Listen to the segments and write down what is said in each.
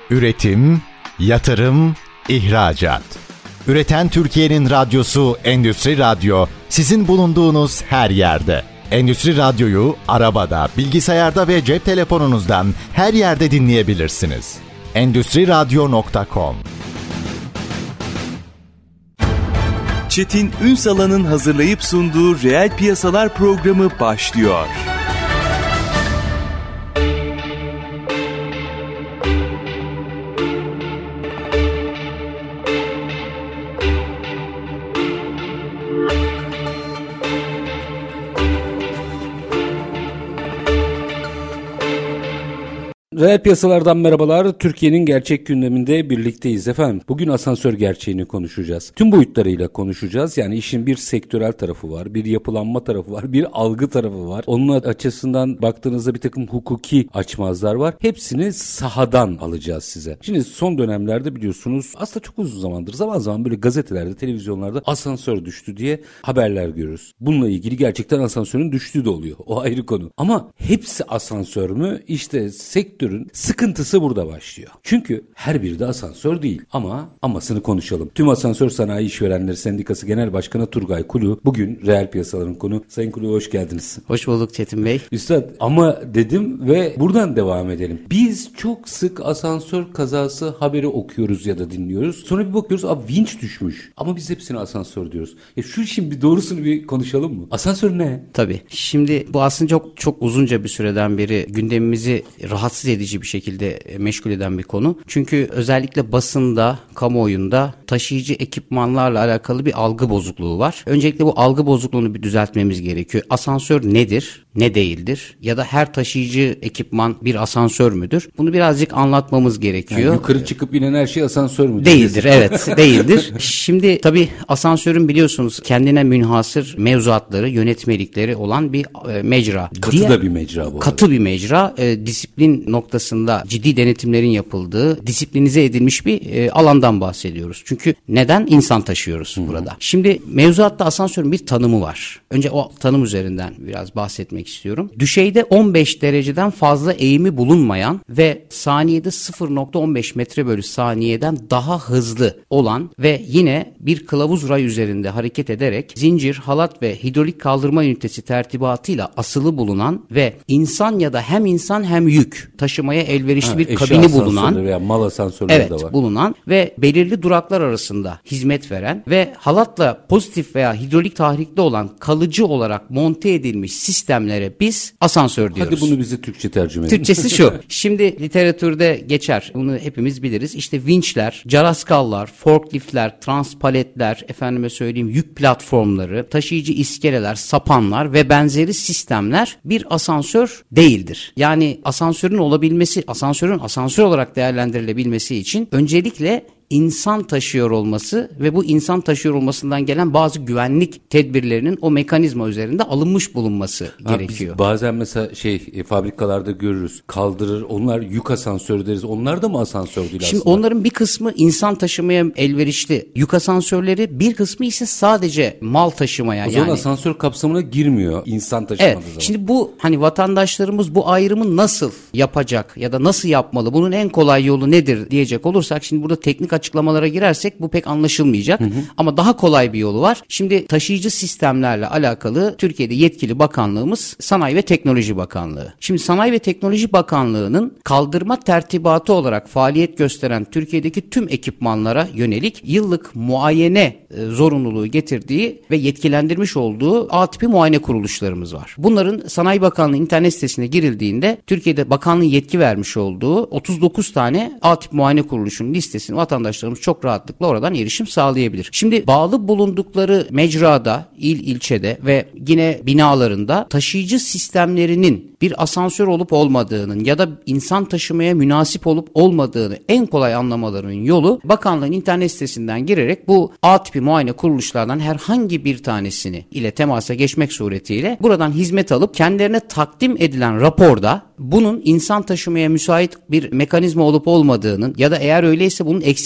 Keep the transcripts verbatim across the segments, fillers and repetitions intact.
Üretim, yatırım, ihracat. Üreten Türkiye'nin radyosu Endüstri Radyo, sizin bulunduğunuz her yerde. Endüstri Radyo'yu arabada, bilgisayarda ve cep telefonunuzdan her yerde dinleyebilirsiniz. endüstri radyo nokta com. Çetin Ünsal'ın hazırlayıp sunduğu Reel Piyasalar programı başlıyor. Reel piyasalardan merhabalar. Türkiye'nin gerçek gündeminde birlikteyiz efendim. Bugün asansör gerçeğini konuşacağız. Tüm boyutlarıyla konuşacağız. Yani işin bir sektörel tarafı var, bir yapılanma tarafı var, bir algı tarafı var. Onun açısından baktığınızda bir takım hukuki açmazlar var. Hepsini sahadan alacağız size. Şimdi son dönemlerde biliyorsunuz aslında çok uzun zamandır zaman zaman böyle gazetelerde, televizyonlarda asansör düştü diye haberler görürüz. Bununla ilgili gerçekten asansörün düştüğü de oluyor. O ayrı konu. Ama hepsi asansör mü? İşte sektör sıkıntısı burada başlıyor. Çünkü her biri de asansör değil. Ama amasını konuşalım. Tüm Asansör Sanayi İşverenleri Sendikası Genel Başkanı Turgay Kulu bugün reel piyasaların konu. Sayın Kulu hoş geldiniz. Hoş bulduk Çetin Bey. Üstad ama dedim ve buradan devam edelim. Biz çok sık asansör kazası haberi okuyoruz ya da dinliyoruz. Sonra bir bakıyoruz abi vinç düşmüş. Ama biz hepsine asansör diyoruz. Ya şu işin bir doğrusunu bir konuşalım mı? Asansör ne? Tabii. Şimdi bu aslında çok çok uzunca bir süreden beri gündemimizi rahatsız edici bir şekilde meşgul eden bir konu. Çünkü özellikle basında, kamuoyunda taşıyıcı ekipmanlarla alakalı bir algı bozukluğu var. Öncelikle bu algı bozukluğunu bir düzeltmemiz gerekiyor. Asansör nedir? Ne değildir? Ya da her taşıyıcı ekipman bir asansör müdür? Bunu birazcık anlatmamız gerekiyor. Yani yukarı çıkıp inen her şey asansör müdür? Değildir, evet, değildir. Şimdi tabii asansörün biliyorsunuz kendine münhasır mevzuatları, yönetmelikleri olan bir e, mecra. Katı Diğer, da bir mecra bu. Katı arada. bir mecra. E, disiplin noktasında ciddi denetimlerin yapıldığı, disiplinize edilmiş bir e, alandan bahsediyoruz. Çünkü neden? İnsan taşıyoruz Hı-hı. burada. Şimdi mevzuatta asansörün bir tanımı var. Önce o tanım üzerinden biraz bahsetmek istiyorum. Düşeyde on beş dereceden fazla eğimi bulunmayan ve saniyede sıfır nokta on beş metre bölü saniyeden daha hızlı olan ve yine bir kılavuz ray üzerinde hareket ederek zincir, halat ve hidrolik kaldırma ünitesi tertibatıyla asılı bulunan ve insan ya da hem insan hem yük taşımaya elverişli ha, bir kabini bulunan veya mal asansörleri evet, de var. bulunan ve belirli duraklar arasında hizmet veren ve halatla pozitif veya hidrolik tahrikli olan kalıcı olarak monte edilmiş sistemlere biz asansör diyoruz. Hadi bunu bize Türkçe tercüme edin. Türkçesi şu. Şimdi literatürde geçer. Bunu hepimiz biliriz. İşte vinçler, caraskallar, forkliftler, transpaletler, efendime söyleyeyim yük platformları, taşıyıcı iskeleler, sapanlar ve benzeri sistemler bir asansör değildir. Yani asansörün olabilmesi, asansörün asansör olarak değerlendirilebilmesi için öncelikle insan taşıyor olması ve bu insan taşıyor olmasından gelen bazı güvenlik tedbirlerinin o mekanizma üzerinde alınmış bulunması ha, gerekiyor. Biz bazen mesela şey e, fabrikalarda görürüz, kaldırır, onlar yük asansörü deriz. Onlar da mı asansör değil Şimdi aslında? Onların bir kısmı insan taşımaya elverişli yük asansörleri, bir kısmı ise sadece mal taşımaya. O zaman yani asansör kapsamına girmiyor insan taşımadığı evet, zaman. Şimdi bu hani vatandaşlarımız bu ayrımı nasıl yapacak ya da nasıl yapmalı? Bunun en kolay yolu nedir diyecek olursak şimdi burada teknik açıklamalara girersek bu pek anlaşılmayacak. Hı hı. Ama daha kolay bir yolu var. Şimdi taşıyıcı sistemlerle alakalı Türkiye'de yetkili bakanlığımız Sanayi ve Teknoloji Bakanlığı. Şimdi Sanayi ve Teknoloji Bakanlığı'nın kaldırma tertibatı olarak faaliyet gösteren Türkiye'deki tüm ekipmanlara yönelik yıllık muayene e, zorunluluğu getirdiği ve yetkilendirmiş olduğu A tipi muayene kuruluşlarımız var. Bunların Sanayi Bakanlığı internet sitesine girildiğinde Türkiye'de bakanlığın yetki vermiş olduğu otuz dokuz tane A tip muayene kuruluşunun listesini vatandaşlarımız çok rahatlıkla oradan erişim sağlayabilir. Şimdi bağlı bulundukları mecrada, il ilçede ve yine binalarında taşıyıcı sistemlerinin bir asansör olup olmadığının ya da insan taşımaya münasip olup olmadığını en kolay anlamalarının yolu bakanlığın internet sitesinden girerek bu A tipi muayene kuruluşlardan herhangi bir tanesini ile temasa geçmek suretiyle buradan hizmet alıp kendilerine takdim edilen raporda bunun insan taşımaya müsait bir mekanizma olup olmadığının ya da eğer öyleyse bunun eksik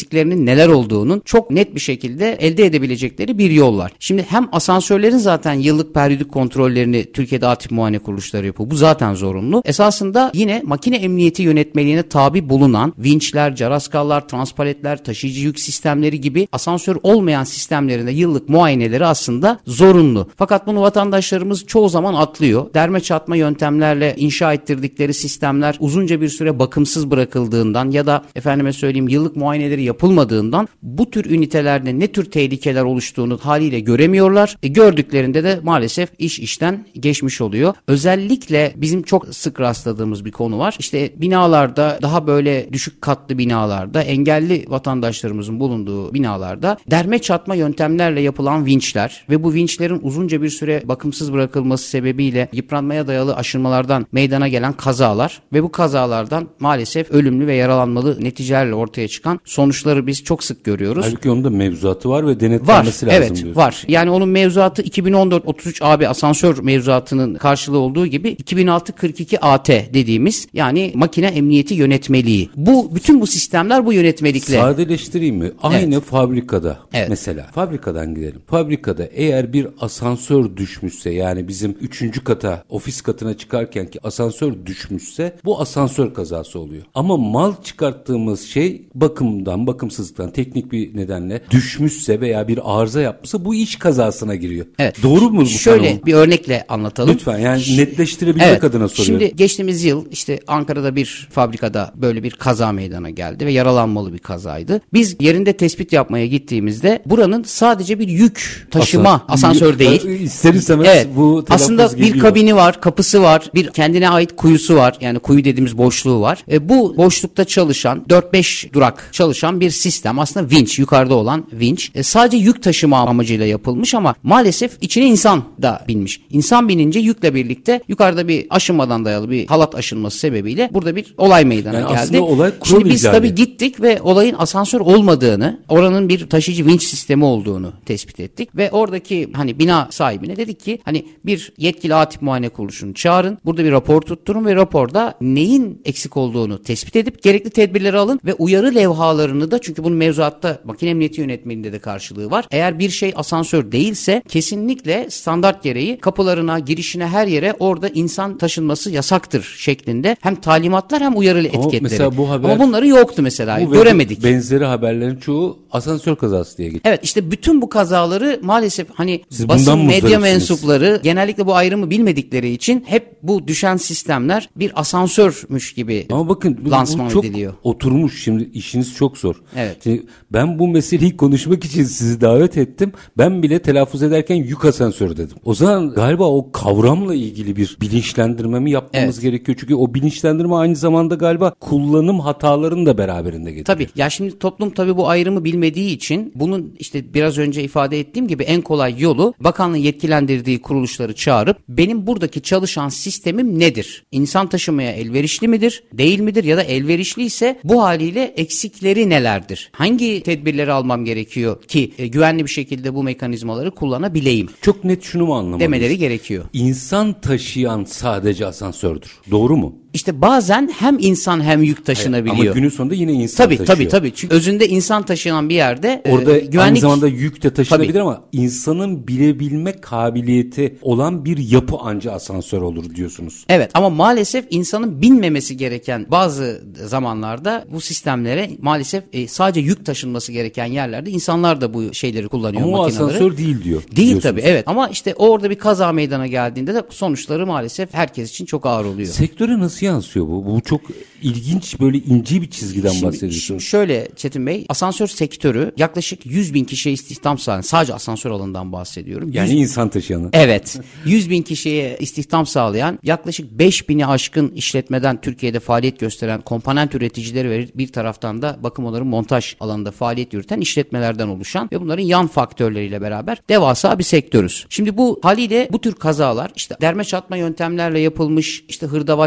eksiklerinin neler olduğunun çok net bir şekilde elde edebilecekleri bir yol var. Şimdi hem asansörlerin zaten yıllık periyodik kontrollerini Türkiye'de aktif muayene kuruluşları yapıyor. Bu zaten zorunlu. Esasında yine makine emniyeti yönetmeliğine tabi bulunan vinçler, caraskallar, transpaletler, taşıyıcı yük sistemleri gibi asansör olmayan sistemlerinde yıllık muayeneleri aslında zorunlu. Fakat bunu vatandaşlarımız çoğu zaman atlıyor. Derme çatma yöntemlerle inşa ettirdikleri sistemler uzunca bir süre bakımsız bırakıldığından ya da efendime söyleyeyim yıllık muayeneleri yapılmadığından bu tür ünitelerde ne tür tehlikeler oluştuğunu haliyle göremiyorlar. E, gördüklerinde de maalesef iş işten geçmiş oluyor. Özellikle bizim çok sık rastladığımız bir konu var. İşte binalarda, daha böyle düşük katlı binalarda, engelli vatandaşlarımızın bulunduğu binalarda derme çatma yöntemlerle yapılan vinçler ve bu vinçlerin uzunca bir süre bakımsız bırakılması sebebiyle yıpranmaya dayalı aşınmalardan meydana gelen kazalar ve bu kazalardan maalesef ölümlü ve yaralanmalı neticelerle ortaya çıkan sonuçları biz çok sık görüyoruz. Halbuki onun da mevzuatı var ve denetlenmesi var, lazım evet, diyorsun. Var. Yani onun mevzuatı iki bin on dört otuz üç A B asansör mevzuatının karşılığı olduğu gibi iki bin altı kırk iki A T dediğimiz yani makine emniyeti yönetmeliği. Bu bütün bu sistemler bu yönetmelikle. Sadeleştireyim mi? Aynı Evet. fabrikada Evet. mesela. Fabrikadan gidelim. Fabrikada eğer bir asansör düşmüşse yani bizim üçüncü kata ofis katına çıkarken ki asansör düşmüşse bu asansör kazası oluyor. Ama mal çıkarttığımız şey bakımdan, bakımsızlıktan, teknik bir nedenle düşmüşse veya bir arıza yapmışsa bu iş kazasına giriyor. Evet. Doğru mu bu Şöyle tanım? bir örnekle anlatalım. Lütfen yani netleştirebilmek Evet. adına soruyorum. Şimdi geçtiğimiz yıl işte Ankara'da bir fabrikada böyle bir kaza meydana geldi ve yaralanmalı bir kazaydı. Biz yerinde tespit yapmaya gittiğimizde buranın sadece bir yük taşıma Asa- asansör değil. İster istemez Evet. bu telaffuz Aslında bir geliyor. kabini var, kapısı var, bir kendine ait kuyusu var. Yani kuyu dediğimiz boşluğu var. E, bu boşlukta çalışan dört beş durak çalışan bir sistem. Aslında vinç, yukarıda olan vinç. E, sadece yük taşıma amacıyla yapılmış ama maalesef içine insan da binmiş. İnsan binince yükle birlikte yukarıda bir aşınmadan dayalı bir halat aşınması sebebiyle burada bir olay meydana Yani geldi. aslında olay kural Şimdi biz ihlali. tabii gittik ve olayın asansör olmadığını, oranın bir taşıyıcı vinç sistemi olduğunu tespit ettik ve oradaki hani bina sahibine dedik ki hani bir yetkili atip muayene kuruluşunu çağırın. Burada bir rapor tutturun ve raporda neyin eksik olduğunu tespit edip gerekli tedbirleri alın ve uyarı levhalarını da, çünkü bunun mevzuatta makine emniyeti yönetmeliğinde de karşılığı var. Eğer bir şey asansör değilse kesinlikle standart gereği kapılarına, girişine, her yere orada insan taşınması yasaktır şeklinde hem talimatlar hem uyarı etiketleri. mesela bu haber- Ama bunları yoktu mesela. Bu Göremedik. Benzeri haberlerin çoğu asansör kazası diye geçiyor. Evet, işte bütün bu kazaları maalesef hani Siz bundan basın medya muzdaripsiniz. mensupları genellikle bu ayrımı bilmedikleri için hep bu düşen sistemler bir asansörmüş gibi Ama bakın bu, lansman bu çok ediliyor. oturmuş, şimdi işiniz çok zor. Evet. Şimdi ben bu meseleyi konuşmak için sizi davet ettim. Ben bile telaffuz ederken yük asansörü dedim. O zaman galiba o kavramla ilgili bir bilinçlendirme mi yapmamız Evet. gerekiyor? Çünkü o bilinçlendirme aynı zamanda galiba kullanım hatalarını da beraberinde getiriyor. Tabii. Ya şimdi toplum tabii bu ayrımı bilmediği için bunun işte biraz önce ifade ettiğim gibi en kolay yolu bakanlığın yetkilendirdiği kuruluşları çağırıp benim buradaki çalışan sistemim nedir? İnsan taşımaya elverişli midir? Değil midir? Ya da elverişli ise bu haliyle eksikleri nelerdir? Hangi tedbirleri almam gerekiyor ki e, güvenli bir şekilde bu mekanizmaları kullanabileyim? Çok net şunu mu anlamalıyız? Demeleri gerekiyor. İnsan taşıyan sadece asansördür. Doğru mu? İşte bazen hem insan hem yük taşınabiliyor. Ama günün sonunda yine insan Tabii taşıyor. tabii tabii. Çünkü özünde insan taşıyan bir yerde Orada e, güvenlik... aynı zamanda yük de taşınabilir Tabii. ama insanın bilebilme kabiliyeti olan bir yapı anca asansör olur diyorsunuz. Evet, ama maalesef insanın binmemesi gereken bazı zamanlarda bu sistemlere maalesef e, sadece yük taşınması gereken yerlerde insanlar da bu şeyleri kullanıyor, Ama o makineleri. asansör değil diyor. Değil diyorsunuz. tabii, evet, ama işte orada bir kaza meydana geldiğinde de sonuçları maalesef herkes için çok ağır oluyor. Sektöre nasıl yansıyor bu? Bu çok ilginç, böyle ince bir çizgiden Şimdi, bahsediyorsunuz. şimdi şöyle Çetin Bey, asansör sektörü yaklaşık yüz bin kişiye istihdam sağlayan, sadece asansör alanından bahsediyorum. Yani yüz insan taşıyanı. Evet. yüz bin kişiye istihdam sağlayan, yaklaşık beş bini aşkın işletmeden Türkiye'de faaliyet gösteren komponent üreticileri ve bir taraftan da bakım onarım montaj alanında faaliyet yürüten işletmelerden oluşan ve bunların yan faktörleriyle beraber devasa bir sektörüz. Şimdi bu haliyle bu tür kazalar işte derme çatma yöntemlerle yapılmış, işte hırdavatçıdan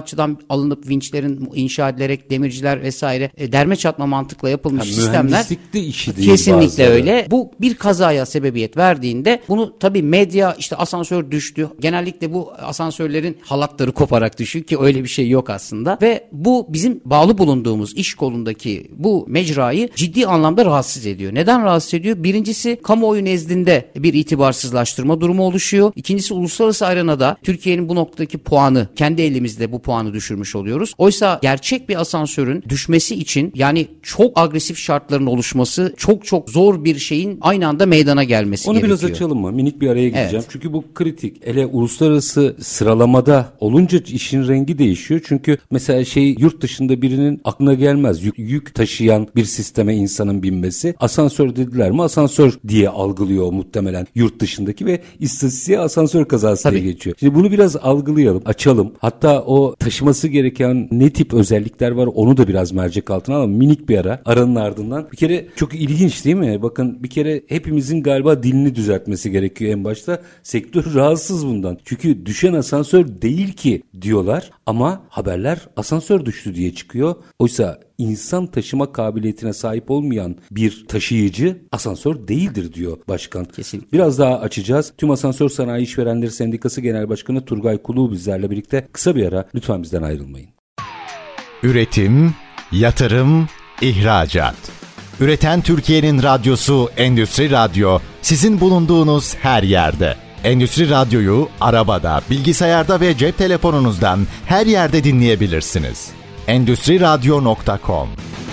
alınıp vinçlerin inşa edilerek demirciler vesaire e, derme çatma mantıkla yapılmış yani sistemler. Mühendislik de işi değil Kesinlikle bazıları. öyle. Bu bir kazaya sebebiyet verdiğinde bunu tabii medya işte asansör düştü. Genellikle bu asansörlerin halatları koparak düşüyor ki öyle bir şey yok aslında. Ve bu bizim bağlı bulunduğumuz iş kolundaki bu mecrayı ciddi anlamda rahatsız ediyor. Neden rahatsız ediyor? Birincisi kamuoyu nezdinde bir itibarsızlaştırma durumu oluşuyor. İkincisi uluslararası arenada Türkiye'nin bu noktadaki puanı, kendi elimizde bu puanı düşürmüş oluyoruz. Oysa gerçek bir asansörün düşmesi için yani çok agresif şartların oluşması, çok çok zor bir şeyin aynı anda meydana gelmesi Onu gerekiyor. biraz açalım mı? Minik bir araya gideceğim. Evet. Çünkü bu kritik. Hele uluslararası sıralamada olunca işin rengi değişiyor. Çünkü mesela şey yurt dışında birinin aklına gelmez. Yük, yük taşıyan bir sisteme insanın binmesi. Asansör dediler mi? Asansör diye algılıyor muhtemelen yurt dışındaki ve istatistiğe asansör kazası Tabii. diye geçiyor. Şimdi bunu biraz algılayalım, açalım. Hatta o taşıması gereken ne tip özellikler var onu da biraz mercek altına alalım. Minik bir ara. Aranın ardından. Bir kere çok ilginç değil mi? Bakın bir kere hepimizin galiba dilini düzeltmesi gerekiyor en başta. Sektör rahatsız bundan. Çünkü düşen asansör değil ki diyorlar ama haberler asansör düştü diye çıkıyor. Oysa insan taşıma kabiliyetine sahip olmayan bir taşıyıcı asansör değildir diyor başkan. Kesinlikle. Biraz daha açacağız. Tüm Asansör Sanayi İşverenleri Sendikası Genel Başkanı Turgay Kulu bizlerle birlikte. Kısa bir ara, lütfen bizden ayrılmayın. Üretim, yatırım, ihracat. Üreten Türkiye'nin radyosu Endüstri Radyo sizin bulunduğunuz her yerde. Endüstri Radyo'yu arabada, bilgisayarda ve cep telefonunuzdan her yerde dinleyebilirsiniz. endüstri radyo nokta com.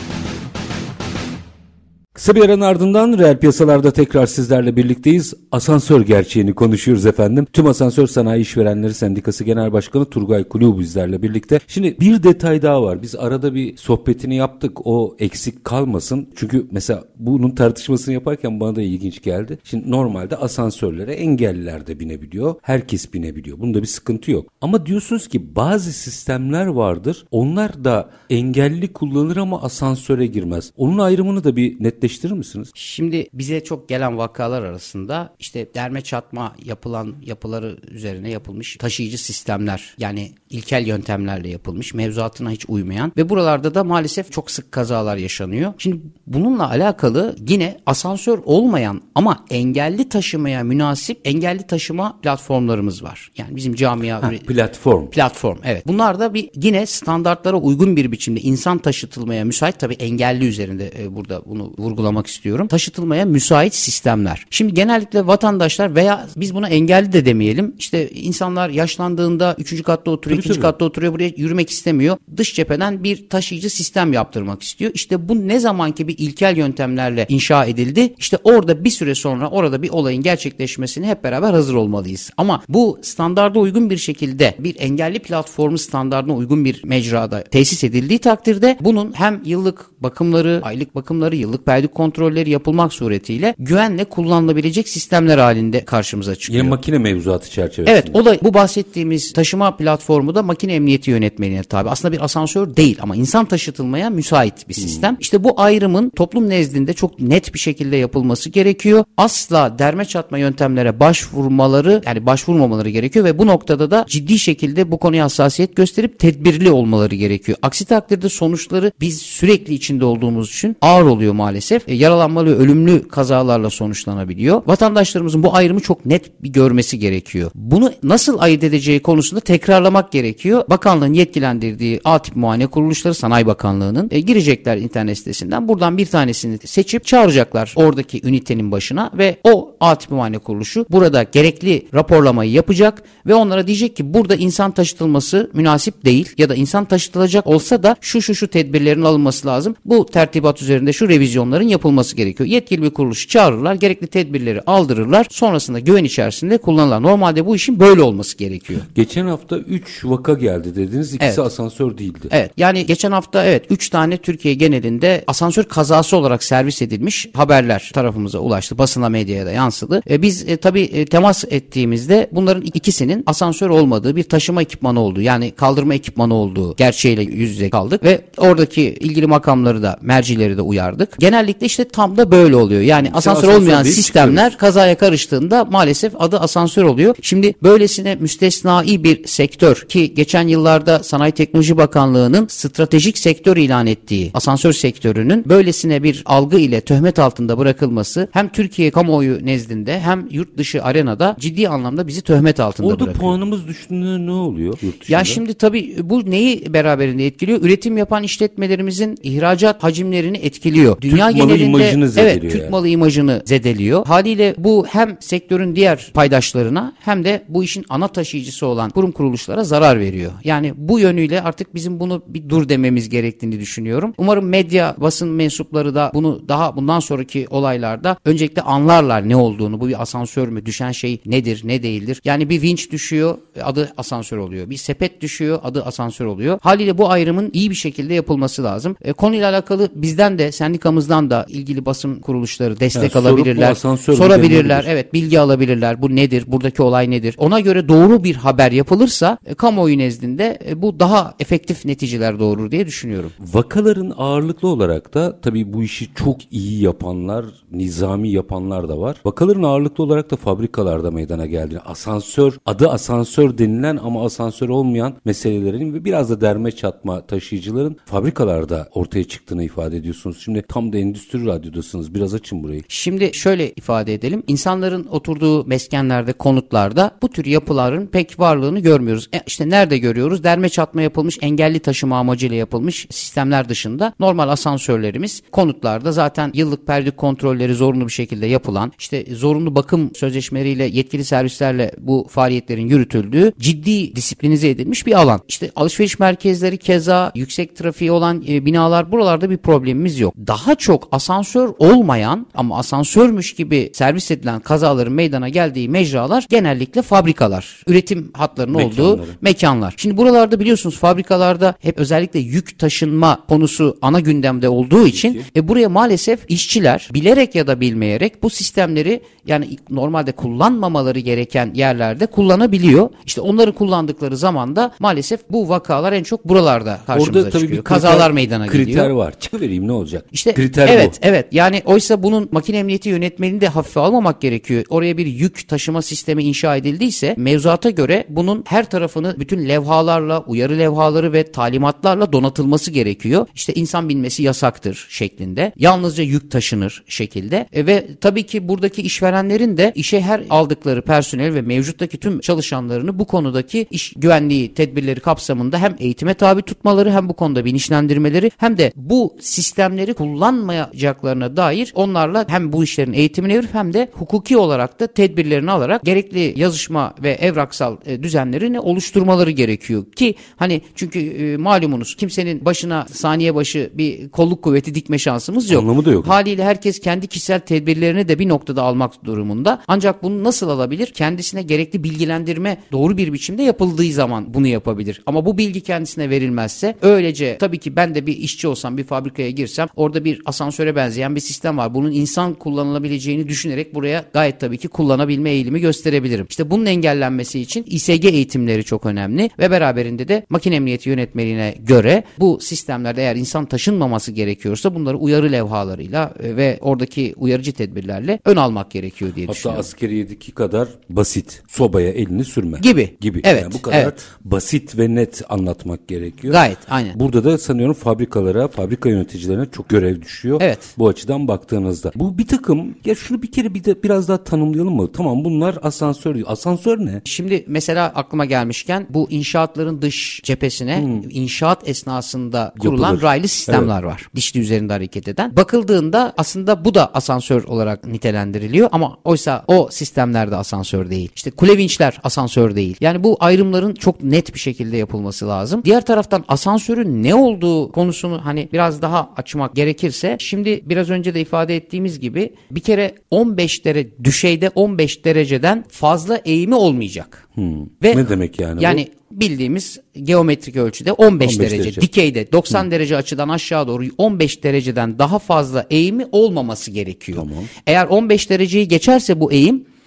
Kısa bir aranın ardından reel piyasalarda tekrar sizlerle birlikteyiz. Asansör gerçeğini konuşuyoruz efendim. Tüm Asansör Sanayi İşverenleri Sendikası Genel Başkanı Turgay Kulu bizlerle birlikte. Şimdi bir detay daha var. Biz arada bir sohbetini yaptık. O eksik kalmasın. Çünkü mesela bunun tartışmasını yaparken bana da ilginç geldi. Şimdi normalde asansörlere engelliler de binebiliyor. Herkes binebiliyor. Bunda bir sıkıntı yok. Ama diyorsunuz ki bazı sistemler vardır. Onlar da engelli kullanır ama asansöre girmez. Onun ayrımını da bir netleştirir misiniz? Şimdi bize çok gelen vakalar arasında işte derme çatma yapılan yapıları üzerine yapılmış taşıyıcı sistemler yani ilkel yöntemlerle yapılmış mevzuatına hiç uymayan ve buralarda da maalesef çok sık kazalar yaşanıyor. Şimdi bununla alakalı yine asansör olmayan ama engelli taşımaya münasip engelli taşıma platformlarımız var. Yani bizim camia Ha, platform. Platform evet. Bunlar da bir yine standartlara uygun bir biçimde insan taşıtılmaya müsait tabii engelli üzerinde e, burada bunu vurgulamak istiyorum. Taşıtılmaya müsait sistemler. Şimdi genellikle vatandaşlar veya biz buna engelli de demeyelim. İşte insanlar yaşlandığında üçüncü katta oturuyor, Tabii, ikinci tabii. katta oturuyor, buraya yürümek istemiyor. Dış cepheden bir taşıyıcı sistem yaptırmak istiyor. İşte bu ne zamanki bir ilkel yöntemlerle inşa edildi. İşte orada bir süre sonra orada bir olayın gerçekleşmesine hep beraber hazır olmalıyız. Ama bu standarda uygun bir şekilde bir engelli platformu standardına uygun bir mecrada tesis edildiği takdirde bunun hem yıllık bakımları, aylık bakımları, yıllık periyodik kontrolleri yapılmak suretiyle güvenle kullanılabilecek sistemler halinde karşımıza çıkıyor. Yine makine mevzuatı çerçevesinde. Evet, o da bu bahsettiğimiz taşıma platformu da makine emniyeti yönetmeliğine tabi. Aslında bir asansör değil ama insan taşıtılmaya müsait bir sistem. Hmm. İşte bu ayrımın toplum nezdinde çok net bir şekilde yapılması gerekiyor. Asla derme çatma yöntemlere başvurmaları yani başvurmamaları gerekiyor ve bu noktada da ciddi şekilde bu konuya hassasiyet gösterip tedbirli olmaları gerekiyor. Aksi takdirde sonuçları biz sürekli içinde olduğumuz için ağır oluyor maalesef. E, yaralanma ve ölümlü kazalarla sonuçlanabiliyor. Vatandaşlarımızın bu ayrımı çok net bir görmesi gerekiyor. Bunu nasıl ayırt edeceği konusunda tekrarlamak gerekiyor. Bakanlığın yetkilendirdiği A-tip muayene kuruluşları, Sanayi Bakanlığı'nın e, girecekler internet sitesinden. Buradan bir tanesini seçip çağıracaklar oradaki ünitenin başına ve o A-tip muayene kuruluşu burada gerekli raporlamayı yapacak ve onlara diyecek ki burada insan taşıtılması münasip değil ya da insan taşıtılacak olsa da şu şu şu tedbirlerin alınması lazım. Bu tertibat üzerinde şu revizyonların yapılması gerekiyor. Yetkili bir kuruluşu çağırırlar, gerekli tedbirleri aldırırlar. Sonrasında güven içerisinde kullanırlar. Normalde bu işin böyle olması gerekiyor. Geçen hafta üç vaka geldi dediniz. İkisi Evet. asansör değildi. Evet. Yani geçen hafta evet üç tane Türkiye genelinde asansör kazası olarak servis edilmiş haberler tarafımıza ulaştı. Basına, medyaya da yansıdı. E, biz e, tabii e, temas ettiğimizde bunların ikisinin asansör olmadığı bir taşıma ekipmanı olduğu yani kaldırma ekipmanı olduğu gerçeğiyle yüz yüze kaldık ve oradaki ilgili makamları da mercileri de uyardık. Genellikle genellikle işte tam da böyle oluyor. Yani Mesela asansör asansör olmayan değil, sistemler çıkıyoruz. kazaya karıştığında maalesef adı asansör oluyor. Şimdi böylesine müstesnai bir sektör ki geçen yıllarda Sanayi Teknoloji Bakanlığı'nın stratejik sektör ilan ettiği asansör sektörünün böylesine bir algı ile töhmet altında bırakılması hem Türkiye kamuoyu nezdinde hem yurt dışı arenada ciddi anlamda bizi töhmet altında Orada bırakıyor. puanımız düştüğünde ne oluyor yurt dışında? Ya şimdi tabii bu neyi beraberinde etkiliyor? Üretim yapan işletmelerimizin ihracat hacimlerini etkiliyor. Dünya Türk malı genelinde imajını zedeliyor evet Türk yani. malı imajını zedeliyor. Haliyle bu hem sektörün diğer paydaşlarına hem de bu işin ana taşıyıcısı olan kurum kuruluşlara zarar veriyor. Yani bu yönüyle artık bizim bunu bir dur dememiz gerektiğini düşünüyorum. Umarım medya, basın mensupları da bunu daha bundan sonraki olaylarda öncelikle anlarlar ne olduğunu. Bu bir asansör mü? Düşen şey nedir, ne değildir? Yani bir vinç düşüyor, adı asansör oluyor. Bir sepet düşüyor, adı asansör oluyor. Haliyle bu ayrımın iyi bir şekilde yapılması lazım. E, konuyla alakalı bizden de, sendikamızdan da ilgili basın kuruluşları destek Yani alabilirler. Sorabilirler, evet bilgi alabilirler. Bu nedir, buradaki olay nedir? Ona göre doğru bir haber yapılırsa e, kamuoyu nezdinde e, bu daha efektif neticeler doğurur diye düşünüyorum. Vakaların ağırlıklı olarak da tabii bu işi çok iyi yapanlar, nizami yapanlar da var. Vakaların ağırlıklı olarak da fabrikalarda meydana geldi. Asansör, adı asansör denilen ama asansör olmayan meselelerin ve biraz da derme çatma taşıyıcıların fabrikalarda ortaya çıktığını ifade ediyorsunuz. Şimdi tam da Endüstri Radyo'dasınız. Biraz açın burayı. Şimdi şöyle ifade edelim. İnsanların oturduğu meskenlerde, konutlarda bu tür yapıların pek varlığını görmüyoruz. E işte nerede görüyoruz? Derme çatma yapılmış, engelli taşıma amacıyla yapılmış sistemler dışında normal asansörlerimiz konutlarda zaten yıllık periyodik kontrolleri zorunlu bir şekilde yapılan, işte zorunlu bakım sözleşmeleriyle yetkili servislerle bu faaliyetlerin yürütüldüğü ciddi disiplinize edilmiş bir alan. İşte alışveriş merkezleri keza, yüksek trafiği olan e, binalar, buralarda bir problemimiz yok. Daha çok asansör olmayan ama asansörmüş gibi servis edilen kazaların meydana geldiği mecralar genellikle fabrikalar. Üretim hatlarının Mekanları. olduğu mekanlar. Şimdi buralarda biliyorsunuz fabrikalarda hep özellikle yük taşınma konusu ana gündemde olduğu için e, buraya maalesef işçiler bilerek ya da bilmeyerek bu sistemleri yani normalde kullanmamaları gereken yerlerde kullanabiliyor. İşte onları kullandıkları zaman da maalesef bu vakalar en çok buralarda karşımıza Orada tabii çıkıyor. bir kriter, Kazalar meydana kriter geliyor. Kriter var. Çıkıvereyim ne olacak? İşte kriter evet bu. evet yani oysa bunun makine emniyeti yönetmeliğini de hafife almamak gerekiyor. Oraya bir yük taşıma sistemi inşa edildiyse mevzuata göre bunun her tarafını bütün levhalarla, uyarı levhaları ve talimatlarla donatılması gerekiyor. İşte insan binmesi yasaktır şeklinde. Yalnızca yük taşınır şekilde. E ve tabii ki buradaki işverenlerin de işe her aldıkları personel ve mevcuttaki tüm çalışanlarını bu konudaki iş güvenliği tedbirleri kapsamında hem eğitime tabi tutmaları hem bu konuda bilinçlendirmeleri hem de bu sistemleri kullanmayacaklarına dair onlarla hem bu işlerin eğitimini verip hem de hukuki olarak da tedbirlerini alarak gerekli yazışma ve evraksal e, düzenlerini oluşturmaları gerekiyor ki hani çünkü e, malumunuz kimsenin başına saniye başı bir kolluk kuvveti dikme şansımız yok. Anlamı da yok. Haliyle herkes kendi kişisel tedbirlerini de bir noktada almak durumunda. Ancak bunu nasıl alabilir? Kendisine gerekli bilgilendirme doğru bir biçimde yapıldığı zaman bunu yapabilir. Ama bu bilgi kendisine verilmezse öylece tabii ki ben de bir işçi olsam bir fabrikaya girsem orada bir asansöre benzeyen bir sistem var. Bunun insan kullanılabileceğini düşünerek buraya gayet tabii ki kullanabilme eğilimi gösterebilirim. İşte bunun engellenmesi için İ S G eğitimleri çok önemli ve beraberinde de makine emniyeti yönetmeliğine göre bu sistemlerde eğer insan taşınmaması gerekiyorsa bunları uyarı levhalarıyla ve oradaki uyarıcı tedbirlerle ön almak gerekiyor diye Hatta düşünüyorum. Hatta askeriyedeki kadar basit. Sobaya elini sürme. Gibi. Gibi. Evet. Yani bu kadar evet. basit ve net anlatmak gerekiyor. Gayet aynen. Burada da sanıyorum fabrikalara, fabrika yöneticilerine çok görev düşüyor. Evet. Bu açıdan baktığınızda. Bu bir takım, ya şunu bir kere bir de biraz daha tanımlayalım mı? Tamam bunlar asansör diyor. Asansör ne? Şimdi mesela aklıma gelmişken bu inşaatların dış cephesine hmm. inşaat esnasında kurulan Yapılır. raylı sistemler evet. var. Dişli üzerinde hareket eden. Bakıldığında aslında bu da asansör olarak nitelendiriliyor ama oysa o sistemlerde asansör değil. İşte kule vinçler asansör değil. Yani bu ayrımların çok net bir şekilde yapılması lazım. Diğer taraftan asansörün ne olduğu konusunu hani biraz daha açmak gerekirse şimdi biraz önce de ifade ettiğimiz gibi bir kere on beş derece düşeyde on beş dereceden fazla eğimi olmayacak. Hmm. Ve ne demek yani? Yani bu? Bildiğimiz geometrik ölçüde on beş, on beş derece, derece, dikeyde doksan hmm. derece açıdan aşağı doğru on beş dereceden daha fazla eğimi olmaması gerekiyor. Tamam. Eğer on beş dereceyi geçerse bu eğim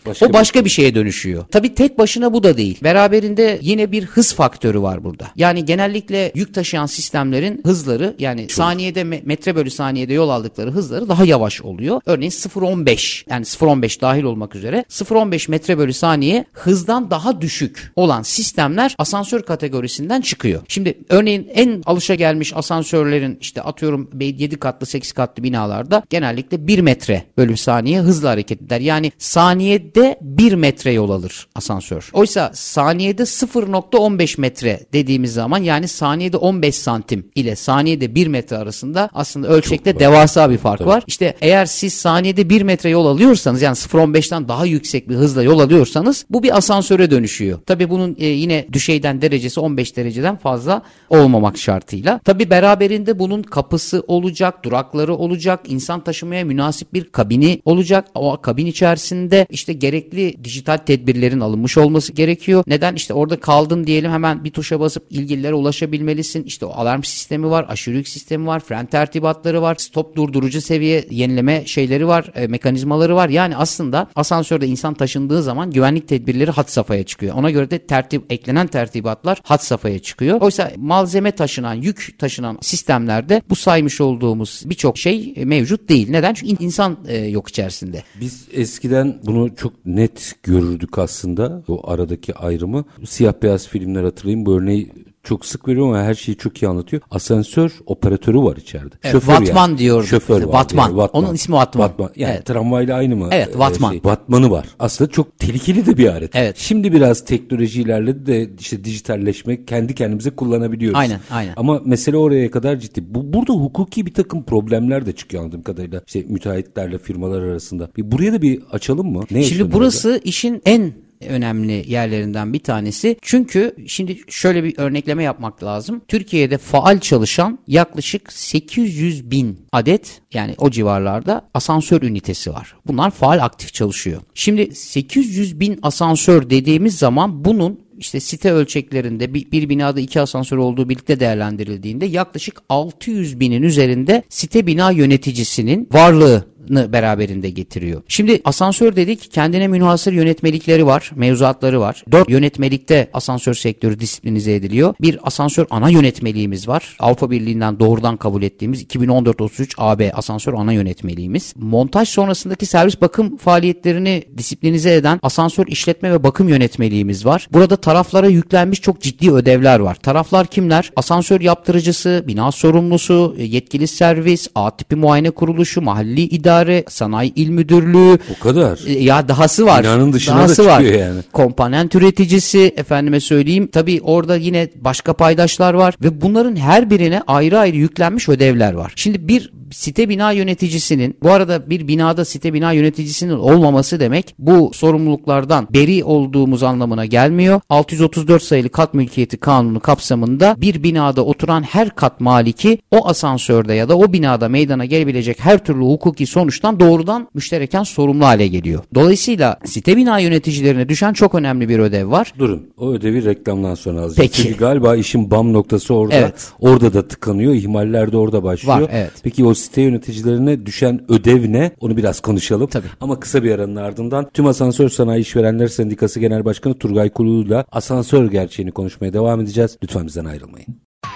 Başka o başka bir şeye dönüşüyor. Tabii tek başına bu da değil. Beraberinde yine bir hız faktörü var burada. Yani genellikle yük taşıyan sistemlerin hızları, yani Çok. saniyede metre bölü saniyede yol aldıkları hızları daha yavaş oluyor. Örneğin sıfır virgül on beş, yani sıfır virgül on beş dahil olmak üzere sıfır virgül on beş metre bölü saniye hızdan daha düşük olan sistemler asansör kategorisinden çıkıyor. Şimdi örneğin en alışagelmiş asansörlerin işte atıyorum yedi katlı sekiz katlı binalarda genellikle bir metre bölü saniye hızla hareket eder. Yani saniyede bir metre yol alır asansör. Oysa saniyede sıfır virgül on beş metre dediğimiz zaman, yani saniyede on beş santim ile saniyede bir metre arasında aslında ölçekte devasa bir fark Tabii. var. İşte eğer siz saniyede bir metre yol alıyorsanız, yani sıfır virgül on beşten daha yüksek bir hızla yol alıyorsanız bu bir asansöre dönüşüyor. Tabii bunun e, yine düşeyden derecesi on beş dereceden fazla olmamak şartıyla. Tabii beraberinde bunun kapısı olacak, durakları olacak, insan taşımaya münasip bir kabini olacak. O kabin içerisinde işte gerekli dijital tedbirlerin alınmış olması gerekiyor. Neden? İşte orada kaldın diyelim, hemen bir tuşa basıp ilgililere ulaşabilmelisin. İşte o alarm sistemi var, aşırı yük sistemi var, fren tertibatları var, stop durdurucu seviye yenileme şeyleri var, e, mekanizmaları var. Yani aslında asansörde insan taşındığı zaman güvenlik tedbirleri had safhaya çıkıyor. Ona göre de tertip, eklenen tertibatlar had safhaya çıkıyor. Oysa malzeme taşınan, yük taşınan sistemlerde bu saymış olduğumuz birçok şey mevcut değil. Neden? Çünkü insan e, yok içerisinde. Biz eskiden bunu çok net görürdük aslında, o aradaki ayrımı. Siyah beyaz filmler hatırlayın, bu örneği çok sık veriyorum ama her şeyi çok iyi anlatıyor. Asansör operatörü var içeride. Evet, Şoför Vatman yani. diyor. Şoför var. Vatman. Yani, Vatman. Onun ismi Vatman. Vatman. Yani evet. tramvayla aynı mı? Evet, Vatman. Şey, Vatmanı var. Aslında çok tehlikeli de bir alet. Evet. Şimdi biraz teknoloji ilerledi de işte dijitalleşmek, kendi kendimize kullanabiliyoruz. Aynen, aynen. Ama mesele oraya kadar ciddi. Bu, burada hukuki bir takım problemler de çıkıyor anladığım kadarıyla. İşte müteahhitlerle firmalar arasında. Bir, buraya da bir açalım mı? Ne Şimdi burası orada? işin en önemli yerlerinden bir tanesi. Çünkü şimdi şöyle bir örnekleme yapmak lazım. Türkiye'de faal çalışan yaklaşık sekiz yüz bin adet, yani o civarlarda asansör ünitesi var. Bunlar faal aktif çalışıyor. Şimdi sekiz yüz bin asansör dediğimiz zaman bunun İşte site ölçeklerinde bir, bir binada iki asansör olduğu birlikte değerlendirildiğinde yaklaşık altı yüz binin üzerinde site bina yöneticisinin varlığı beraberinde getiriyor. Şimdi asansör dedik, kendine münhasır yönetmelikleri var, mevzuatları var. Dört yönetmelikte asansör sektörü disiplinize ediliyor. Bir asansör ana yönetmeliğimiz var. Avrupa Birliği'nden doğrudan kabul ettiğimiz iki bin on dört otuz üç A B asansör ana yönetmeliğimiz. Montaj sonrasındaki servis bakım faaliyetlerini disiplinize eden asansör işletme ve bakım yönetmeliğimiz var. Burada taraflara yüklenmiş çok ciddi ödevler var. Taraflar kimler? Asansör yaptırıcısı, bina sorumlusu, yetkili servis, A tipi muayene kuruluşu, mahalli idare, sanayi il müdürlüğü. O kadar. Ya dahası var. Binanın dışına dahası da var. çıkıyor yani. Komponent üreticisi, efendime söyleyeyim. Tabii orada yine başka paydaşlar var ve bunların her birine ayrı ayrı yüklenmiş ödevler var. Şimdi bir site bina yöneticisinin, bu arada bir binada site bina yöneticisinin olmaması demek bu sorumluluklardan beri olduğumuz anlamına gelmiyor. altı yüz otuz dört sayılı kat mülkiyeti kanunu kapsamında bir binada oturan her kat maliki o asansörde ya da o binada meydana gelebilecek her türlü hukuki sonuçtan doğrudan müştereken sorumlu hale geliyor. Dolayısıyla site bina yöneticilerine düşen çok önemli bir ödev var. Durun, o ödevi reklamdan sonra alacağız. Peki. Çünkü galiba işin bam noktası orada. Evet. Orada da tıkanıyor. İhmaller de orada başlıyor. Var, evet. Peki o site yöneticilerine düşen ödev ne? Onu biraz konuşalım. Tabii. Ama kısa bir aranın ardından tüm Asansör Sanayi İşverenleri Sendikası Genel Başkanı Turgay Kulu'yla asansör gerçeğini konuşmaya devam edeceğiz. Lütfen bizden ayrılmayın.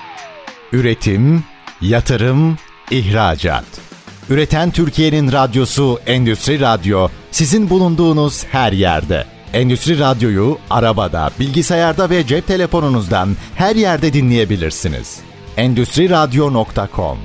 Üretim, yatırım, ihracat. Üreten Türkiye'nin radyosu Endüstri Radyo, sizin bulunduğunuz her yerde. Endüstri Radyo'yu arabada, bilgisayarda ve cep telefonunuzdan her yerde dinleyebilirsiniz. endüstri radyo nokta com.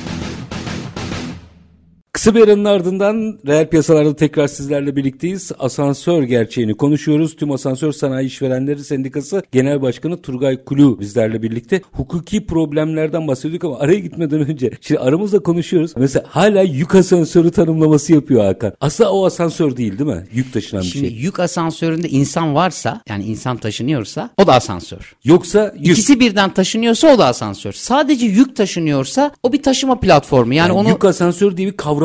Kısa bir aranın ardından reel piyasalarda tekrar sizlerle birlikteyiz. Asansör gerçeğini konuşuyoruz. Tüm Asansör Sanayi İşverenleri Sendikası Genel Başkanı Turgay Kulu bizlerle birlikte. Hukuki problemlerden bahsediyorduk ama araya gitmeden önce şimdi aramızda konuşuyoruz. Mesela hala yük asansörü tanımlaması yapıyor Hakan. Aslında o asansör değil, değil mi? Yük taşınan bir Şimdi şey. yük asansöründe insan varsa, yani insan taşınıyorsa o da asansör. Yoksa yük. İkisi birden taşınıyorsa o da asansör. Sadece yük taşınıyorsa o bir taşıma platformu. Yani, Yani onu yük asansörü diye bir kavram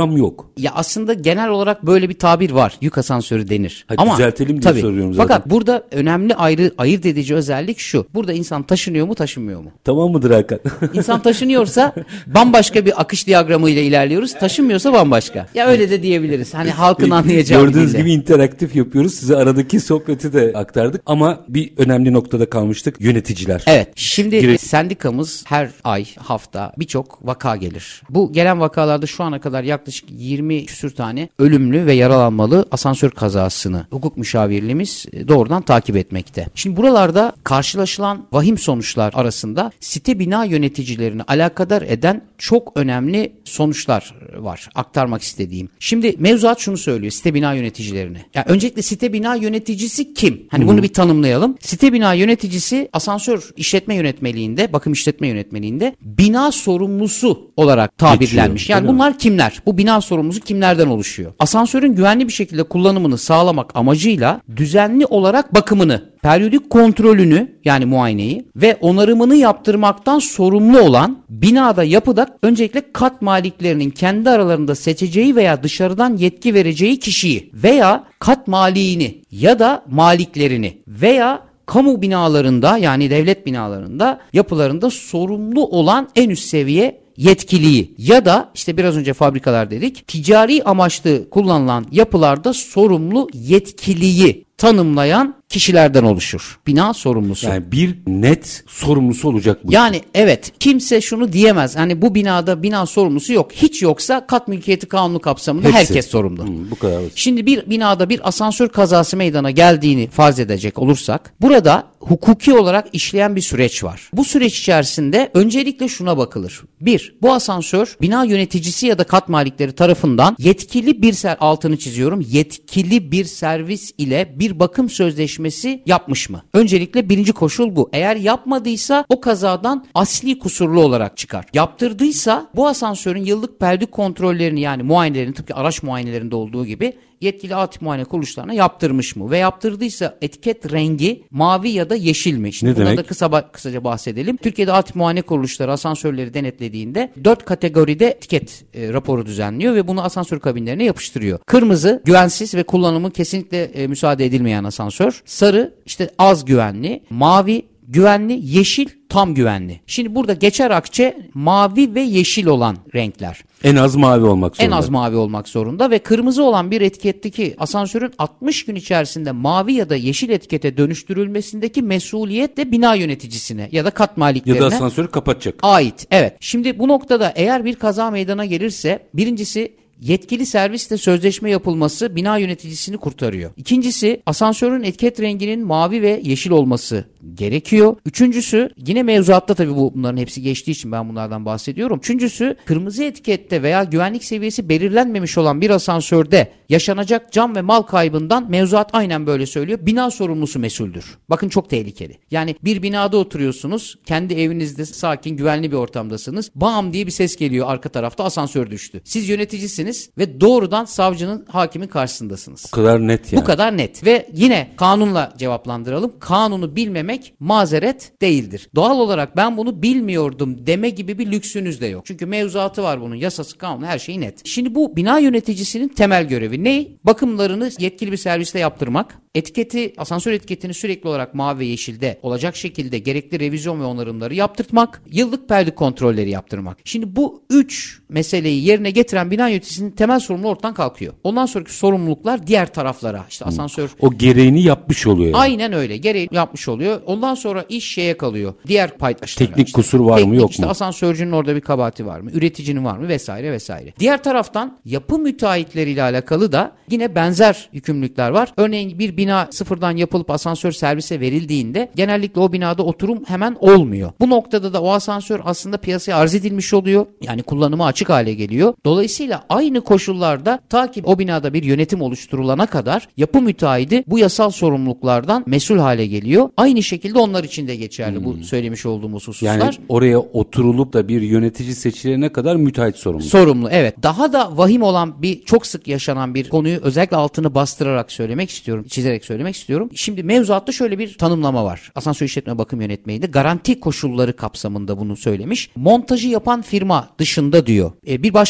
tam yok. Ya aslında genel olarak böyle bir tabir var. Yük asansörü denir. Hadi Ama düzeltelim diye tabii, soruyorum zaten. fakat burada önemli ayrı ayırt edici özellik şu. Burada insan taşınıyor mu, taşınmıyor mu? Tamam mıdır Hakan? İnsan taşınıyorsa bambaşka bir akış diyagramı ile ilerliyoruz. Taşınmıyorsa bambaşka. Ya öyle de diyebiliriz. Hani halkın anlayacağı bir Gördüğünüz dille. gibi interaktif yapıyoruz. Size aradaki sohbeti de aktardık. Ama bir önemli noktada kalmıştık. Yöneticiler. Evet. Şimdi Gire- sendikamız her ay, hafta birçok vaka gelir. Bu gelen vakalarda şu ana kadar yaklaşık yirmi küsür tane ölümlü ve yaralanmalı asansör kazasını hukuk müşavirliğimiz doğrudan takip etmekte. Şimdi buralarda karşılaşılan vahim sonuçlar arasında site bina yöneticilerini alakadar eden çok önemli sonuçlar var aktarmak istediğim. Şimdi mevzuat şunu söylüyor site bina yöneticilerine. Ya öncelikle site bina yöneticisi kim? Hani Hı-hı. bunu bir tanımlayalım. Site bina yöneticisi asansör işletme yönetmeliğinde, bakım işletme yönetmeliğinde bina sorumlusu olarak tabirlenmiş. Geçiyor, yani bunlar kimler? Bu bina sorumlusu kimlerden oluşuyor? Asansörün güvenli bir şekilde kullanımını sağlamak amacıyla düzenli olarak bakımını, periyodik kontrolünü yani muayeneyi ve onarımını yaptırmaktan sorumlu olan binada yapıda öncelikle kat maliklerinin kendi aralarında seçeceği veya dışarıdan yetki vereceği kişiyi veya kat maliğini ya da maliklerini veya kamu binalarında yani devlet binalarında yapılarında sorumlu olan en üst seviye yetkiliyi ya da işte biraz önce fabrikalar dedik ticari amaçlı kullanılan yapılarda sorumlu yetkiliyi tanımlayan kişilerden oluşur. Bina sorumlusu. Yani bir net sorumlusu olacak bu. Yani evet kimse şunu diyemez. Hani bu binada bina sorumlusu yok. Hiç yoksa kat mülkiyeti kanunu kapsamında Hepsi. herkes sorumlu. Hmm, bu kadar basit. Şimdi bir binada bir asansör kazası meydana geldiğini farz edecek olursak burada hukuki olarak işleyen bir süreç var. Bu süreç içerisinde öncelikle şuna bakılır. Bir, bu asansör bina yöneticisi ya da kat malikleri tarafından yetkili bir ser altını çiziyorum. Yetkili bir servis ile bir bakım sözleşmesi yapmış mı? Öncelikle birinci koşul bu. Eğer yapmadıysa o kazadan asli kusurlu olarak çıkar. Yaptırdıysa bu asansörün yıllık periyodik kontrollerini yani muayenelerini tıpkı araç muayenelerinde olduğu gibi yetkili atip muayene kuruluşlarına yaptırmış mı? Ve yaptırdıysa etiket rengi mavi ya da yeşil mi? Şimdi ne bundan demek? da kısa, kısaca bahsedelim. Türkiye'de atip muayene kuruluşları asansörleri denetlediğinde dört kategoride etiket e, raporu düzenliyor ve bunu asansör kabinlerine yapıştırıyor. Kırmızı, güvensiz ve kullanımı kesinlikle e, müsaade edilmeyen asansör. Sarı, işte az güvenli. Mavi, güvenli. Yeşil, tam güvenli. Şimdi burada geçer akçe mavi ve yeşil olan renkler. En az mavi olmak zorunda. En az mavi olmak zorunda ve kırmızı olan bir etiketteki asansörün altmış gün içerisinde mavi ya da yeşil etikete dönüştürülmesindeki mesuliyet de bina yöneticisine ya da kat maliklerine ya da asansörü kapatacak. ait. Evet. Şimdi bu noktada eğer bir kaza meydana gelirse birincisi yetkili servisle sözleşme yapılması bina yöneticisini kurtarıyor. İkincisi asansörün etiket renginin mavi ve yeşil olması gerekiyor. Üçüncüsü yine mevzuatta tabii bu, bunların hepsi geçtiği için ben bunlardan bahsediyorum. Üçüncüsü kırmızı etikette veya güvenlik seviyesi belirlenmemiş olan bir asansörde yaşanacak can ve mal kaybından mevzuat aynen böyle söylüyor. Bina sorumlusu mesuldür. Bakın çok tehlikeli. Yani bir binada oturuyorsunuz. Kendi evinizde sakin güvenli bir ortamdasınız. Bam diye bir ses geliyor arka tarafta asansör düştü. Siz yöneticisiniz ve doğrudan savcının hakimin karşısındasınız. Bu kadar net yani. Bu kadar net ve yine kanunla cevaplandıralım. Kanunu bilmemek mazeret değildir. Doğal olarak ben bunu bilmiyordum deme gibi bir lüksünüz de yok. Çünkü mevzuatı var bunun, yasası, kanunu, her şey net. Şimdi bu bina yöneticisinin temel görevi ne? Bakımlarını yetkili bir servisle yaptırmak. Etiketi, asansör etiketini sürekli olarak mavi ve yeşilde olacak şekilde gerekli revizyon ve onarımları yaptırtmak, yıllık periyodik kontrolleri yaptırmak. Şimdi bu üç meseleyi yerine getiren bina yöneticisinin temel sorumluluğu ortadan kalkıyor. Ondan sonraki sorumluluklar diğer taraflara. İşte asansör... O gereğini yapmış oluyor yani. Aynen öyle. Gereğini yapmış oluyor. Ondan sonra iş şeye kalıyor. Diğer paydaşlara. Teknik işte, kusur var teknik, mı yok işte mu? Asansörcünün orada bir kabahati var mı? Üreticinin var mı? Vesaire vesaire. Diğer taraftan yapı müteahhitleriyle alakalı da yine benzer yükümlülükler var. Örneğin bir bina sıfırdan yapılıp asansör servise verildiğinde genellikle o binada oturum hemen olmuyor. Bu noktada da o asansör aslında piyasaya arz edilmiş oluyor. Yani kullanıma açık hale geliyor. Dolayısıyla aynı koşullarda ta ki o binada bir yönetim oluşturulana kadar yapı müteahhidi bu yasal sorumluluklardan mesul hale geliyor. Aynı şekilde onlar için de geçerli hmm. bu söylemiş olduğumuz hususlar. Yani oraya oturulup da bir yönetici seçilene kadar müteahhit sorumlu. Sorumlu, evet. Daha da vahim olan bir, çok sık yaşanan bir konuyu özellikle altını bastırarak söylemek istiyorum, çizerek söylemek istiyorum. Şimdi mevzuatta şöyle bir tanımlama var. Asansör işletme bakım yönetmeliğinde garanti koşulları kapsamında bunu söylemiş. Montajı yapan firma dışında diyor. E, bir başka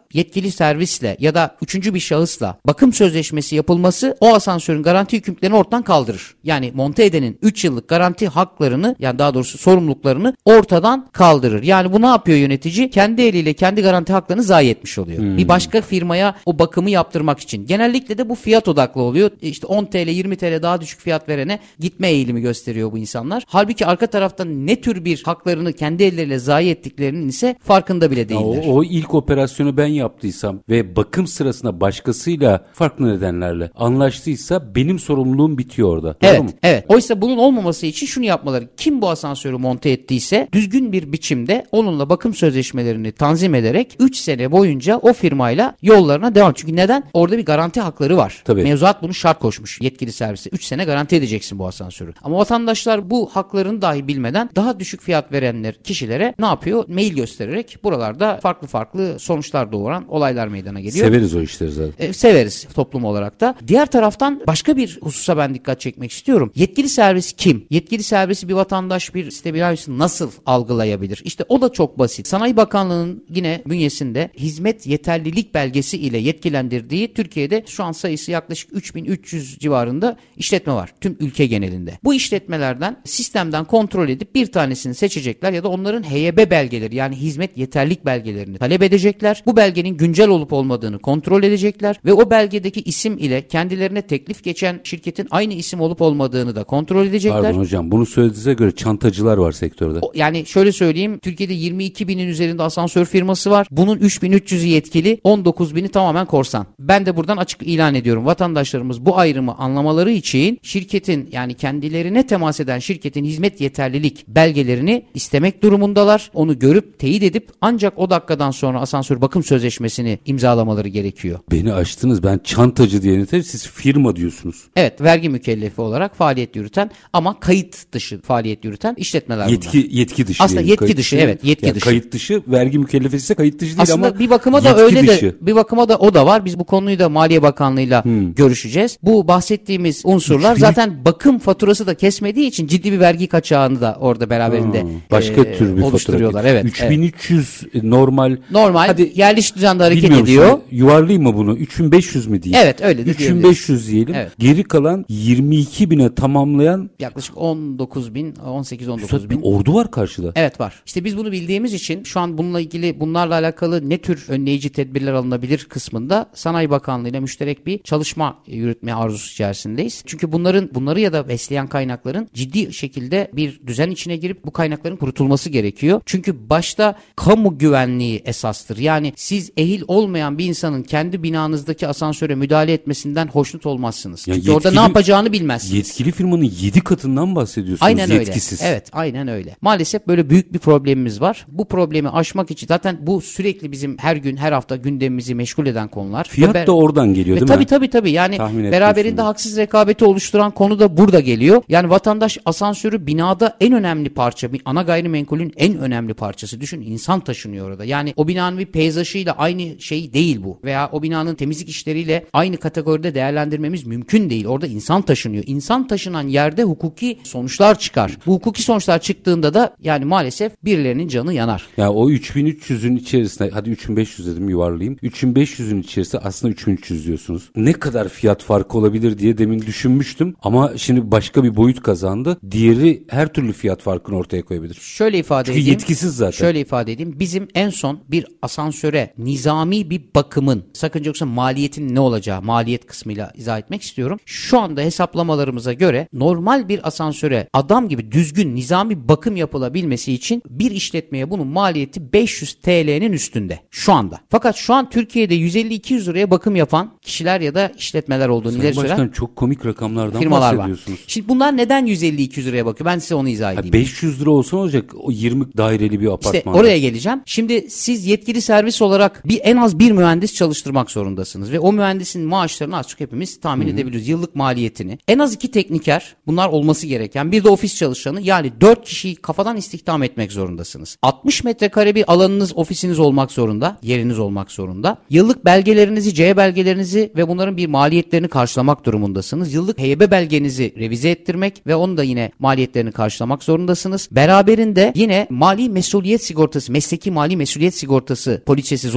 yetkili servisle ya da üçüncü bir şahısla bakım sözleşmesi yapılması o asansörün garanti yükümlülüklerini ortadan kaldırır. Yani monte edenin üç yıllık garanti haklarını, yani daha doğrusu sorumluluklarını ortadan kaldırır. Yani bu ne yapıyor yönetici? Kendi eliyle kendi garanti haklarını zayi etmiş oluyor. Hmm. Bir başka firmaya o bakımı yaptırmak için. Genellikle de bu fiyat odaklı oluyor. İşte on TL yirmi TL daha düşük fiyat verene gitme eğilimi gösteriyor bu insanlar. Halbuki arka taraftan ne tür bir haklarını kendi elleriyle zayi ettiklerinin ise farkında bile değiller. O, o ilk operasyonu ben yaptıysam ve bakım sırasında başkasıyla farklı nedenlerle anlaştıysa benim sorumluluğum bitiyor orada. Evet, evet. Oysa bunun olmaması için şunu yapmaları. Kim bu asansörü monte ettiyse düzgün bir biçimde onunla bakım sözleşmelerini tanzim ederek üç sene boyunca o firmayla yollarına devam. Çünkü neden? Orada bir garanti hakları var. Tabii. Mevzuat bunu şart koşmuş yetkili servise. üç sene garanti edeceksin bu asansörü. Ama vatandaşlar bu haklarını dahi bilmeden daha düşük fiyat verenler kişilere ne yapıyor? Mail göstererek buralarda farklı farklı sonuçlar doğuran olaylar meydana geliyor. Severiz o işleri zaten. E, severiz toplum olarak da. Diğer taraftan başka bir hususa ben dikkat çekmek istiyorum. Yetkili servis kim? Yetkili servisi bir vatandaş, bir site bir servisi nasıl algılayabilir? İşte o da çok basit. Sanayi Bakanlığı'nın yine bünyesinde hizmet yeterlilik belgesi ile yetkilendirdiği Türkiye'de şu an sayısı yaklaşık üç bin üç yüz civarında işletme var. Tüm ülke genelinde. Bu işletmelerden sistemden kontrol edip bir tanesini seçecekler ya da onların H Y B belgeleri, yani hizmet yeterlilik belgelerini talep edecekler. Bu belgenin güncel olup olmadığını kontrol edecekler ve o belgedeki isim ile kendilerine teklif geçen şirketin aynı isim olup olmadığını da kontrol edecekler. Pardon hocam, bunu söylediğinize göre çantacılar var sektörde. O, yani şöyle söyleyeyim, Türkiye'de yirmi iki binin üzerinde asansör firması var. Bunun üç bin üç yüzü yetkili, on dokuz bini tamamen korsan. Ben de buradan açık ilan ediyorum. Vatandaşlarımız bu ayrımı anlamaları için şirketin, yani kendilerine temas eden şirketin hizmet yeterlilik belgelerini istemek durumundalar. Onu görüp teyit edip ancak o dakikadan sonra asansör bakım sözleşmesini imzalamaları gerekiyor. Beni açtınız, ben çantacı diye nitekim, siz firma diyorsunuz. Evet, vergi mükellefi olarak faaliyet yürüten ama kayıt dışı faaliyet yürüten işletmeler bunlar. Yetki, yetki dışı. Aslında diyelim. yetki Kayıt dışı, evet, yetki yani dışı. Kayıt dışı, vergi mükellefesi ise kayıt dışı değil. Aslında ama bir bakıma da öyle dışı. de bir bakıma da o da var. Biz bu konuyu da Maliye Bakanlığı'yla hmm. görüşeceğiz. Bu bahsettiğimiz unsurlar üç bin zaten bakım faturası da kesmediği için ciddi bir vergi kaçağını da orada beraberinde hmm. başka e, tür bir oluşturuyorlar. Fatura. Evet. üç bin üç yüz evet. normal. Normal. Hadi yerleşik düzende hareket ediyor. Şimdi, yuvarlayayım mı bunu? üç bin beş yüz mi diyeyim? Evet, öyle de üç bin beş yüz diyelim. Evet. Geri kalan yirmi iki bine tamamlayan yaklaşık on dokuz bin, on sekiz on dokuz bin. Bir ordu var karşıda. Evet, var. İşte biz bunu bildiğimiz için şu an bununla ilgili, bunlarla alakalı ne tür önleyici tedbirler alınabilir kısmında Sanayi Bakanlığı ile müşterek bir çalışma yürütme arzusu içerisindeyiz. Çünkü bunların bunları ya da besleyen kaynakların ciddi şekilde bir düzen içine girip bu kaynakların kurutulması gerekiyor. Çünkü başta kamu güvenliği esastır. Yani siz ehil olmayan bir insanın kendi binanızdaki asansöre müdahale etmesinden hoşnut olmazsınız. Ya Çünkü yetkili, orada ne yapacağını bilmezsiniz. Yetkili firmanın yedi katından bahsediyorsunuz. Aynen yetkisiz. öyle. Evet, aynen öyle. Maalesef böyle büyük bir problemimiz var. Bu problemi aşmak için zaten bu sürekli bizim her gün her hafta gündemimizi meşgul eden konular. Fiyat ve da oradan geliyor değil tabii, mi? Tabii tabii yani tahmin beraberinde haksız rekabeti oluşturan konu da burada geliyor. Yani vatandaş asansörü binada en önemli parça, bir ana gayrimenkulün en önemli parçası. Düşün, insan taşınıyor orada. Yani o binanın bir peyzajıyla aynı şey değil bu. Veya o binanın temizlik işleriyle aynı kategoride değerlendirmemiz mümkün değil. Orada insan taşınıyor. İnsan taşınan yerde hukuki sonuçlar çıkar. Bu hukuki sonuçlar çıktığında da yani maalesef birilerinin canı yanar. Ya yani o üç bin üç yüzün içerisinde, hadi üç bin beş yüz dedim, yuvarlayayım. üç bin beş yüzün içerisinde aslında üç bin üç yüz diyorsunuz. Ne kadar fiyat farkı olabilir diye demin düşünmüştüm ama şimdi başka bir boyut kazandı. Diğeri her türlü fiyat farkını ortaya koyabilir. Şöyle ifade Çünkü edeyim. yetkisiz zaten. Şöyle ifade edeyim. Bizim en son bir asansöre nizami bir bakımın, sakınca yoksa maliyetin ne olacağı, maliyet kısmıyla izah etmek istiyorum. Şu anda hesaplamalarımıza göre normal bir asansöre adam gibi düzgün nizami bakım yapılabilmesi için bir işletmeye bunun maliyeti beş yüz TL'nin üstünde şu anda. Fakat şu an Türkiye'de yüz elli iki yüz liraya bakım yapan kişiler ya da işletmeler olduğunu ileri süren Başkan, çok komik rakamlardan firmalar bahsediyorsunuz. Var. Şimdi bunlar neden yüz elli iki yüz liraya bakıyor? Ben size onu izah edeyim. Ha, beş yüz lira olsa olacak o yirmi daireli bir apartman. İşte oraya geleceğim. Şimdi siz yetkili servis olarak bir en az bir mühendis çalıştırmak zorundasınız ve o mühendisin maaşlarını az çok hepimiz tahmin Hı-hı. edebiliyoruz. Yıllık maliyetini. En az iki tekniker, bunlar olması gereken, bir de ofis çalışanı, yani dört kişiyi kafadan istihdam etmek zorundasınız. altmış metrekare bir alanınız, ofisiniz olmak zorunda, yeriniz olmak zorunda. Yıllık belgelerinizi, C belgelerinizi ve bunların bir maliyetlerini karşılamak durumundasınız. Yıllık H Y B belgenizi revize ettirmek ve onun da yine maliyetlerini karşılamak zorundasınız. Beraberinde yine mali mesuliyet sigortası, mesleki mali mesuliyet sigortası poliçesi zorunlu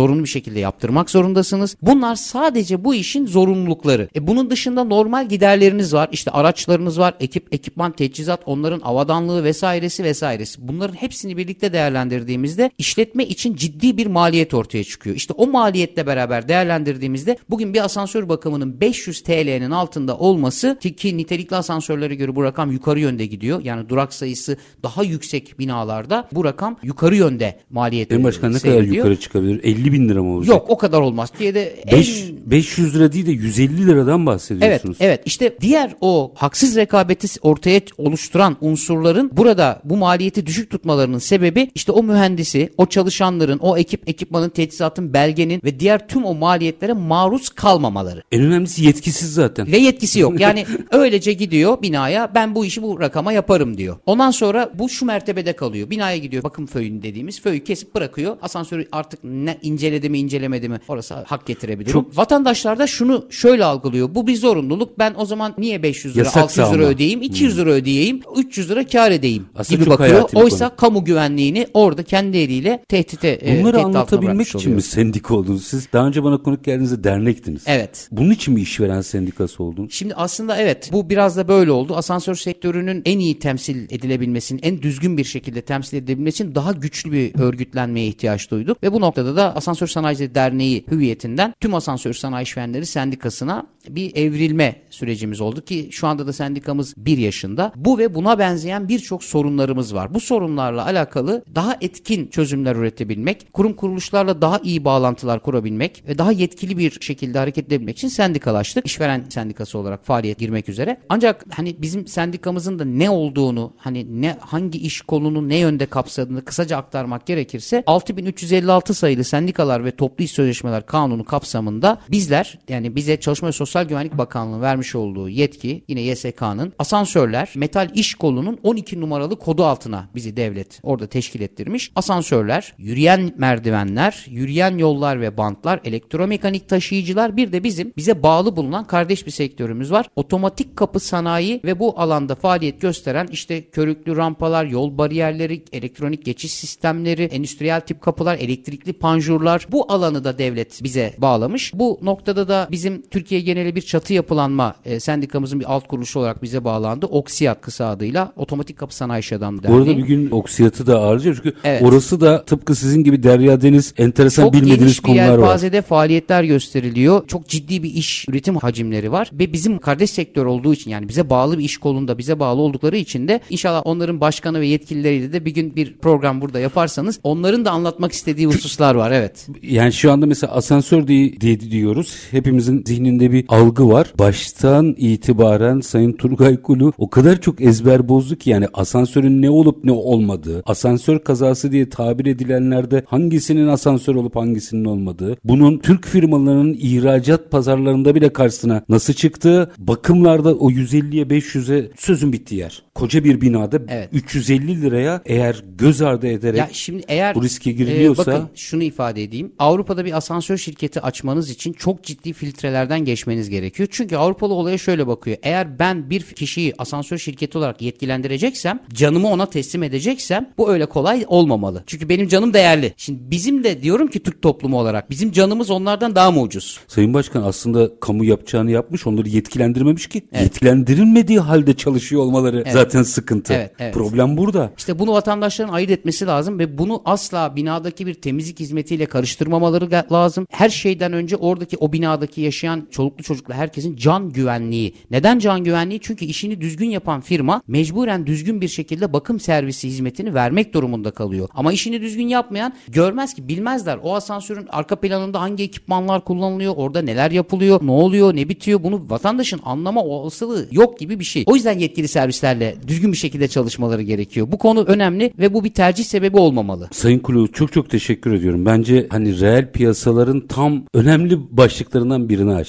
zorunlu bir şekilde yaptırmak zorundasınız. Bunlar sadece bu işin zorunlulukları. E bunun dışında normal giderleriniz var. İşte araçlarınız var, ekip, ekipman, teçhizat, onların avadanlığı vesairesi vesairesi. Bunların hepsini birlikte değerlendirdiğimizde işletme için ciddi bir maliyet ortaya çıkıyor. İşte o maliyetle beraber değerlendirdiğimizde bugün bir asansör bakımının beş yüz T L'nin altında olması ki nitelikli asansörlere göre bu rakam yukarı yönde gidiyor. Yani durak sayısı daha yüksek binalarda bu rakam yukarı yönde maliyet En başkan ne kadar yukarı çıkabilir? elli bin lira mı olacak? Yok, o kadar olmaz diye de beş, en... beş yüz lira değil de yüz elli liradan bahsediyorsunuz. Evet, evet. İşte diğer o haksız rekabeti ortaya oluşturan unsurların burada bu maliyeti düşük tutmalarının sebebi işte o mühendisi, o çalışanların, o ekip, ekipmanın, teçhizatın, belgenin ve diğer tüm o maliyetlere maruz kalmamaları. En önemlisi yetkisiz zaten. Ve yetkisi yok. Yani öylece gidiyor binaya, ben bu işi bu rakama yaparım diyor. Ondan sonra bu şu mertebede kalıyor. Binaya gidiyor, bakım föyünü dediğimiz föyü kesip bırakıyor. Asansörü artık ne inceledi mi incelemedi mi orası hak getirebilirim. Çok... Vatandaşlar da şunu şöyle algılıyor. Bu bir zorunluluk. Ben o zaman niye beş yüz lira, Yasak altı yüz lira ama. ödeyeyim, iki yüz lira ödeyeyim, üç yüz lira kar edeyim Aslında gibi çok bakıyor. hayati bir Oysa konu. kamu güvenliğini orada kendi eliyle tehdite Bunları e, anlatabilmek için mi sendika oldunuz? Siz daha önce bana konuk geldiğinizde dernektiniz. Evet. Bunun için mi işveren sendikası oldunuz? Şimdi aslında evet, bu biraz da böyle oldu. Asansör sektörünün en iyi temsil edilebilmesinin, en düzgün bir şekilde temsil edilebilmesi için daha güçlü bir örgütlenmeye ihtiyaç duyduk. Ve bu noktada da Asansör Sanayicileri Derneği hüviyetinden tüm asansör sanayi işverenleri sendikasına bir evrilme sürecimiz oldu ki şu anda da sendikamız bir yaşında. Bu ve buna benzeyen birçok sorunlarımız var. Bu sorunlarla alakalı daha etkin çözümler üretebilmek, kurum kuruluşlarla daha iyi bağlantılar kurabilmek ve daha yetkili bir şekilde hareket edebilmek için sendikalaştık. İşveren sendikası olarak faaliyet girmek üzere. Ancak hani bizim sendikamızın da ne olduğunu, hani ne hangi iş kolunu ne yönde kapsadığını kısaca aktarmak gerekirse altı bin üç yüz elli altı sayılı Sendikalar ve Toplu İş Sözleşmeler Kanunu kapsamında bizler, yani bize Çalışma ve Sosyal Güvenlik Bakanlığı'nın vermiş olduğu yetki, yine Y S K'nın asansörler metal iş kolunun on iki numaralı kodu altına bizi devlet orada teşkil ettirmiş. Asansörler, yürüyen merdivenler, yürüyen yollar ve bantlar, elektromekanik taşıyıcılar, bir de bizim bize bağlı bulunan kardeş bir sektörümüz var. Otomatik kapı sanayi ve bu alanda faaliyet gösteren işte körüklü rampalar, yol bariyerleri, elektronik geçiş sistemleri, endüstriyel tip kapılar, elektrikli panjurlar, bu alanı da devlet bize bağlamış. Bu noktada da bizim Türkiye geneli bir çatı yapılanma e, sendikamızın bir alt kuruluşu olarak bize bağlandı. Oksiyat kısa adıyla Otomatik Kapı Sanayi İş Adamı Derneği. Bu arada bir gün Oksiyat'ı da ağırlayacağız çünkü evet. Orası da tıpkı sizin gibi derya deniz enteresan çok bilmediğiniz konular var. Çok geniş bir yelpazede faaliyetler gösteriliyor. Çok ciddi bir iş üretim hacimleri var ve bizim kardeş sektör olduğu için, yani bize bağlı bir iş kolunda bize bağlı oldukları için de inşallah onların başkanı ve yetkilileriyle de bir gün bir program burada yaparsanız onların da anlatmak istediği hususlar var. Evet. Yani şu anda mesela asansör diye, diye diyoruz. Hepimizin zihninde bir algı var. Baştan itibaren Sayın Turgay Kulu o kadar çok ezber bozdu ki, yani asansörün ne olup ne olmadığı, asansör kazası diye tabir edilenlerde hangisinin asansör olup hangisinin olmadığı, bunun Türk firmalarının ihracat pazarlarında bile karşısına nasıl çıktığı, bakımlarda o yüz elliye beş yüze sözün bittiği yer. Koca bir binada evet. üç yüz elli liraya eğer göz ardı ederek ya şimdi eğer, bu riske giriliyorsa. E, bakın şunu ifade edeyim. Avrupa'da bir asansör şirketi açmanız için çok ciddi filtrelerden geçmeniz gerekiyor. Çünkü Avrupalı olaya şöyle bakıyor. Eğer ben bir kişiyi asansör şirketi olarak yetkilendireceksem, canımı ona teslim edeceksem bu öyle kolay olmamalı. Çünkü benim canım değerli. Şimdi bizim de diyorum ki Türk toplumu olarak bizim canımız onlardan daha mı ucuz? Sayın Başkan aslında kamu yapacağını yapmış, onları yetkilendirmemiş ki. Evet. Yetkilendirilmediği halde çalışıyor olmaları evet. zaten sıkıntı. Evet, evet. Problem burada. İşte bunu vatandaşların ayırt etmesi lazım ve bunu asla binadaki bir temizlik hizmetiyle karıştırmamaları lazım. Her şeyden önce oradaki o binadaki yaşayan çoluklu çocuklu herkesin can güvenliği. Neden can güvenliği? Çünkü işini düzgün yapan firma mecburen düzgün bir şekilde bakım servisi hizmetini vermek durumunda kalıyor. Ama işini düzgün yapmayan görmez ki, bilmezler. O asansörün arka planında hangi ekipmanlar kullanılıyor, orada neler yapılıyor, ne oluyor, ne bitiyor, bunu vatandaşın anlama olasılığı yok gibi bir şey. O yüzden yetkili servislerle düzgün bir şekilde çalışmaları gerekiyor. Bu konu önemli ve bu bir tercih sebebi olmamalı. Sayın Kulu çok çok teşekkür ediyorum. Bence hani reel piyasaların tam önemli başlıklarından birini açtınız.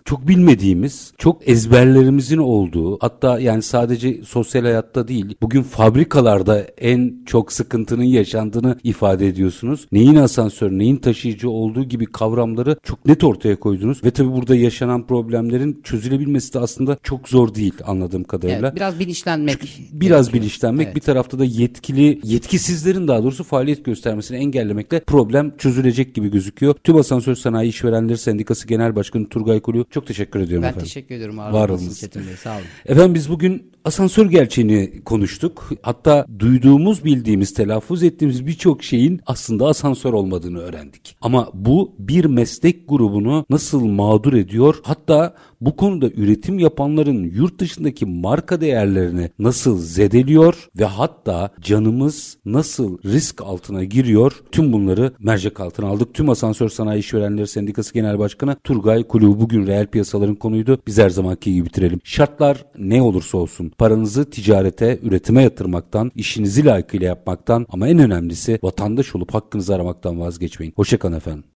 çok bilmediğimiz, çok ezberlerimizin olduğu, hatta yani sadece sosyal hayatta değil, bugün fabrikalarda en çok sıkıntının yaşandığını ifade ediyorsunuz. Neyin asansör, neyin taşıyıcı olduğu gibi kavramları çok net ortaya koydunuz ve tabii burada yaşanan problemlerin çözülebilmesi de aslında çok zor değil anladığım kadarıyla. Evet, biraz bilinçlenmek. Çünkü biraz gerekiyor. bilinçlenmek, evet. Bir tarafta da yetkili, yetkisizlerin daha doğrusu faaliyet göstermesini engellemekle problem çözülecek gibi gözüküyor. Tüm Asansör Sanayi İşverenleri Sendikası Genel Başkanı Turgay Kulu, çok teşekkür ediyorum ben efendim. Ben teşekkür ediyorum. Var olunuz. Çetin Bey, sağ olun. Efendim biz bugün asansör gerçeğini konuştuk. Hatta duyduğumuz, bildiğimiz, telaffuz ettiğimiz birçok şeyin aslında asansör olmadığını öğrendik. Ama bu bir meslek grubunu nasıl mağdur ediyor? Hatta bu konuda üretim yapanların yurt dışındaki marka değerlerini nasıl zedeliyor ve hatta canımız nasıl risk altına giriyor? Tüm bunları mercek altına aldık. Tüm Asansör Sanayi İşverenleri Sendikası Genel Başkanı Turgay Kulu bugün reel piyasaların konuydu. Biz her zamanki gibi bitirelim. Şartlar ne olursa olsun paranızı ticarete, üretime yatırmaktan, işinizi layıkıyla yapmaktan ama en önemlisi vatandaş olup hakkınızı aramaktan vazgeçmeyin. Hoşça kalın efendim.